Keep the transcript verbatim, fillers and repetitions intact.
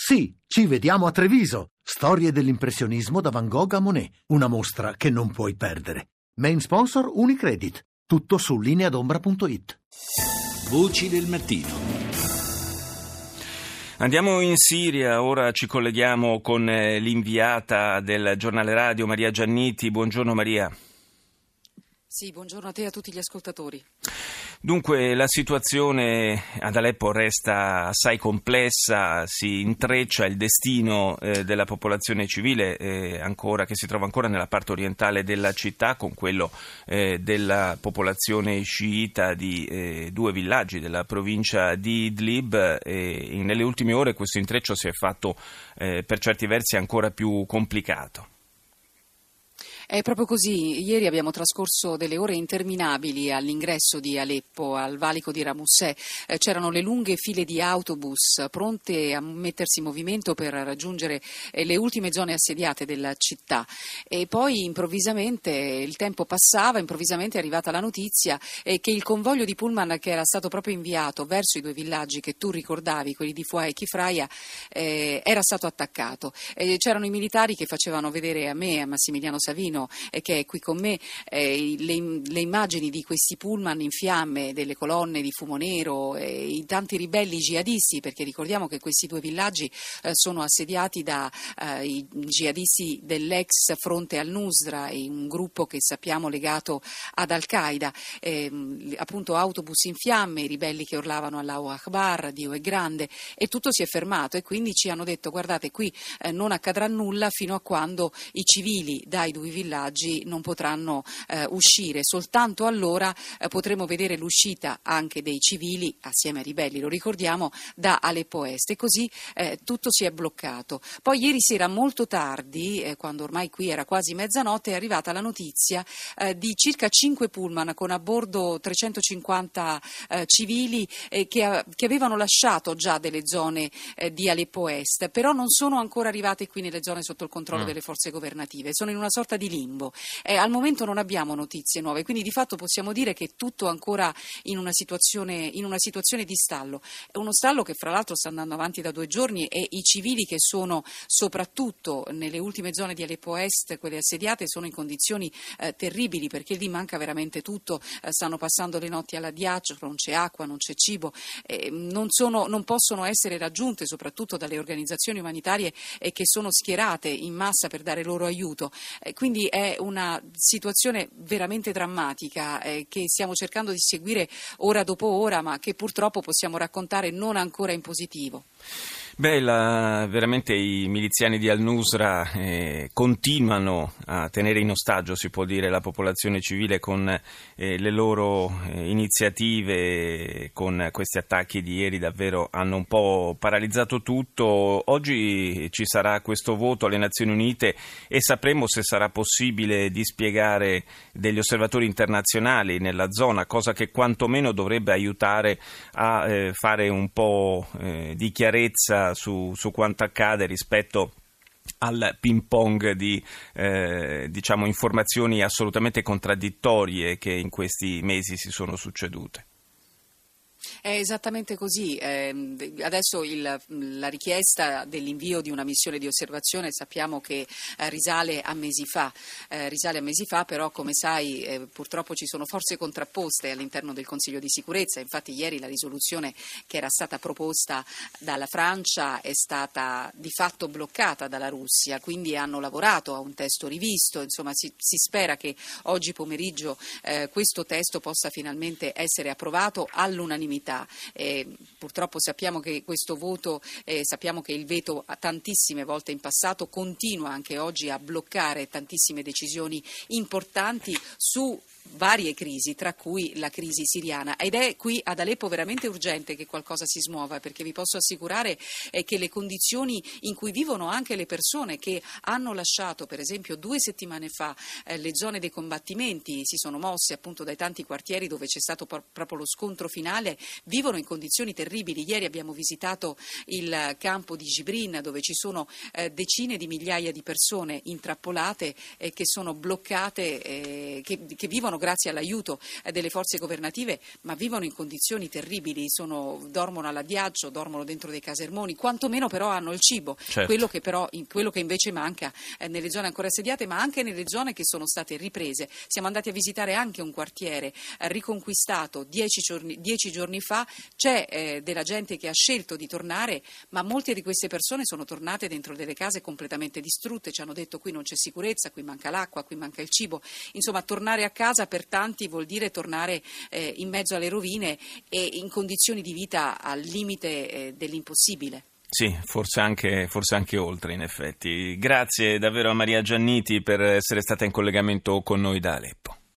Sì, ci vediamo a Treviso. Storie dell'impressionismo da Van Gogh a Monet. Una mostra che non puoi perdere. Main sponsor Unicredit. Tutto su lineadombra punto it. Voci del mattino. Andiamo in Siria, ora ci colleghiamo con l'inviata del giornale radio Maria Gianniti. Buongiorno Maria. Sì, buongiorno a te e a tutti gli ascoltatori. Dunque, la situazione ad Aleppo resta assai complessa, si intreccia il destino eh, della popolazione civile eh, ancora, che si trova ancora nella parte orientale della città con quello eh, della popolazione sciita di eh, due villaggi della provincia di Idlib e nelle ultime ore questo intreccio si è fatto eh, per certi versi ancora più complicato. È proprio così. Ieri abbiamo trascorso delle ore interminabili all'ingresso di Aleppo, al valico di Ramusè. Eh, c'erano le lunghe file di autobus pronte a mettersi in movimento per raggiungere eh, le ultime zone assediate della città. E poi improvvisamente il tempo passava, improvvisamente è arrivata la notizia eh, che il convoglio di pullman che era stato proprio inviato verso i due villaggi che tu ricordavi, quelli di Fua e Kifraya, eh, era stato attaccato. Eh, c'erano i militari che facevano vedere a me, a Massimiliano Savino, che è qui con me, eh, le, le immagini di questi pullman in fiamme, delle colonne di fumo nero, eh, i tanti ribelli jihadisti, perché ricordiamo che questi due villaggi eh, sono assediati da eh, i jihadisti dell'ex Fronte al-Nusra, un gruppo che sappiamo legato ad Al-Qaeda, eh, appunto autobus in fiamme, i ribelli che urlavano Allahu Akbar, Dio è grande, e tutto si è fermato e quindi ci hanno detto guardate qui eh, non accadrà nulla fino a quando i civili dai due villaggi non potranno eh, uscire, soltanto allora eh, potremo vedere l'uscita anche dei civili assieme ai ribelli, lo ricordiamo, da Aleppo Est, e così eh, tutto si è bloccato. Poi ieri sera molto tardi, eh, quando ormai qui era quasi mezzanotte, è arrivata la notizia eh, di circa cinque pullman con a bordo trecentocinquanta eh, civili eh, che, che avevano lasciato già delle zone eh, di Aleppo Est, però non sono ancora arrivate qui nelle zone sotto il controllo mm. delle forze governative, sono in una sorta di limbo. Eh, al momento non abbiamo notizie nuove, quindi di fatto possiamo dire che è tutto ancora in una situazione, in una situazione di stallo. È uno stallo che fra l'altro sta andando avanti da due giorni e i civili che sono soprattutto nelle ultime zone di Aleppo Est, quelle assediate, sono in condizioni eh, terribili perché lì manca veramente tutto, eh, stanno passando le notti all'addiaccio, non c'è acqua, non c'è cibo, eh, non, sono, non possono essere raggiunte soprattutto dalle organizzazioni umanitarie eh, che sono schierate in massa per dare loro aiuto. Eh, quindi è una situazione veramente drammatica eh, che stiamo cercando di seguire ora dopo ora, ma che purtroppo possiamo raccontare non ancora in positivo. Beh, la, veramente i miliziani di Al-Nusra eh, continuano a tenere in ostaggio, si può dire, la popolazione civile con eh, le loro eh, iniziative, con questi attacchi di ieri davvero hanno un po' paralizzato tutto. Oggi ci sarà questo voto alle Nazioni Unite e sapremo se sarà possibile dispiegare degli osservatori internazionali nella zona, cosa che quantomeno dovrebbe aiutare a eh, fare un po' eh, di chiarezza Su, su quanto accade rispetto al ping pong di eh, diciamo informazioni assolutamente contraddittorie che in questi mesi si sono succedute. È esattamente così. Eh, adesso il, la richiesta dell'invio di una missione di osservazione sappiamo che eh, risale a mesi fa, eh, risale a mesi fa, però come sai eh, purtroppo ci sono forze contrapposte all'interno del Consiglio di sicurezza. Infatti ieri la risoluzione che era stata proposta dalla Francia è stata di fatto bloccata dalla Russia, quindi hanno lavorato a un testo rivisto, insomma si, si spera che oggi pomeriggio eh, questo testo possa finalmente essere approvato all'unanimità. Eh, purtroppo sappiamo che questo voto, eh, sappiamo che il veto tantissime volte in passato continua anche oggi a bloccare tantissime decisioni importanti su varie crisi, tra cui la crisi siriana, ed è qui ad Aleppo veramente urgente che qualcosa si smuova, perché vi posso assicurare eh, che le condizioni in cui vivono anche le persone che hanno lasciato per esempio due settimane fa eh, le zone dei combattimenti, si sono mosse appunto dai tanti quartieri dove c'è stato por- proprio lo scontro finale, vivono in condizioni terribili. Ieri abbiamo visitato il campo di Jibrin dove ci sono eh, decine di migliaia di persone intrappolate eh, che sono bloccate, eh, che, che vivono grazie all'aiuto eh, delle forze governative, ma vivono in condizioni terribili, sono, dormono all'addiaccio, dormono dentro dei casermoni, quantomeno però hanno il cibo, certo. quello che però in, quello che invece manca eh, nelle zone ancora assediate, ma anche nelle zone che sono state riprese. Siamo andati a visitare anche un quartiere eh, riconquistato dieci giorni, dieci giorni fa, c'è eh, della gente che ha scelto di tornare, ma molte di queste persone sono tornate dentro delle case completamente distrutte, ci hanno detto qui non c'è sicurezza, qui manca l'acqua, qui manca il cibo, insomma tornare a casa per tanti vuol dire tornare eh, in mezzo alle rovine e in condizioni di vita al limite eh, dell'impossibile. Sì, forse anche, forse anche oltre in effetti. Grazie davvero a Maria Gianniti per essere stata in collegamento con noi da Aleppo.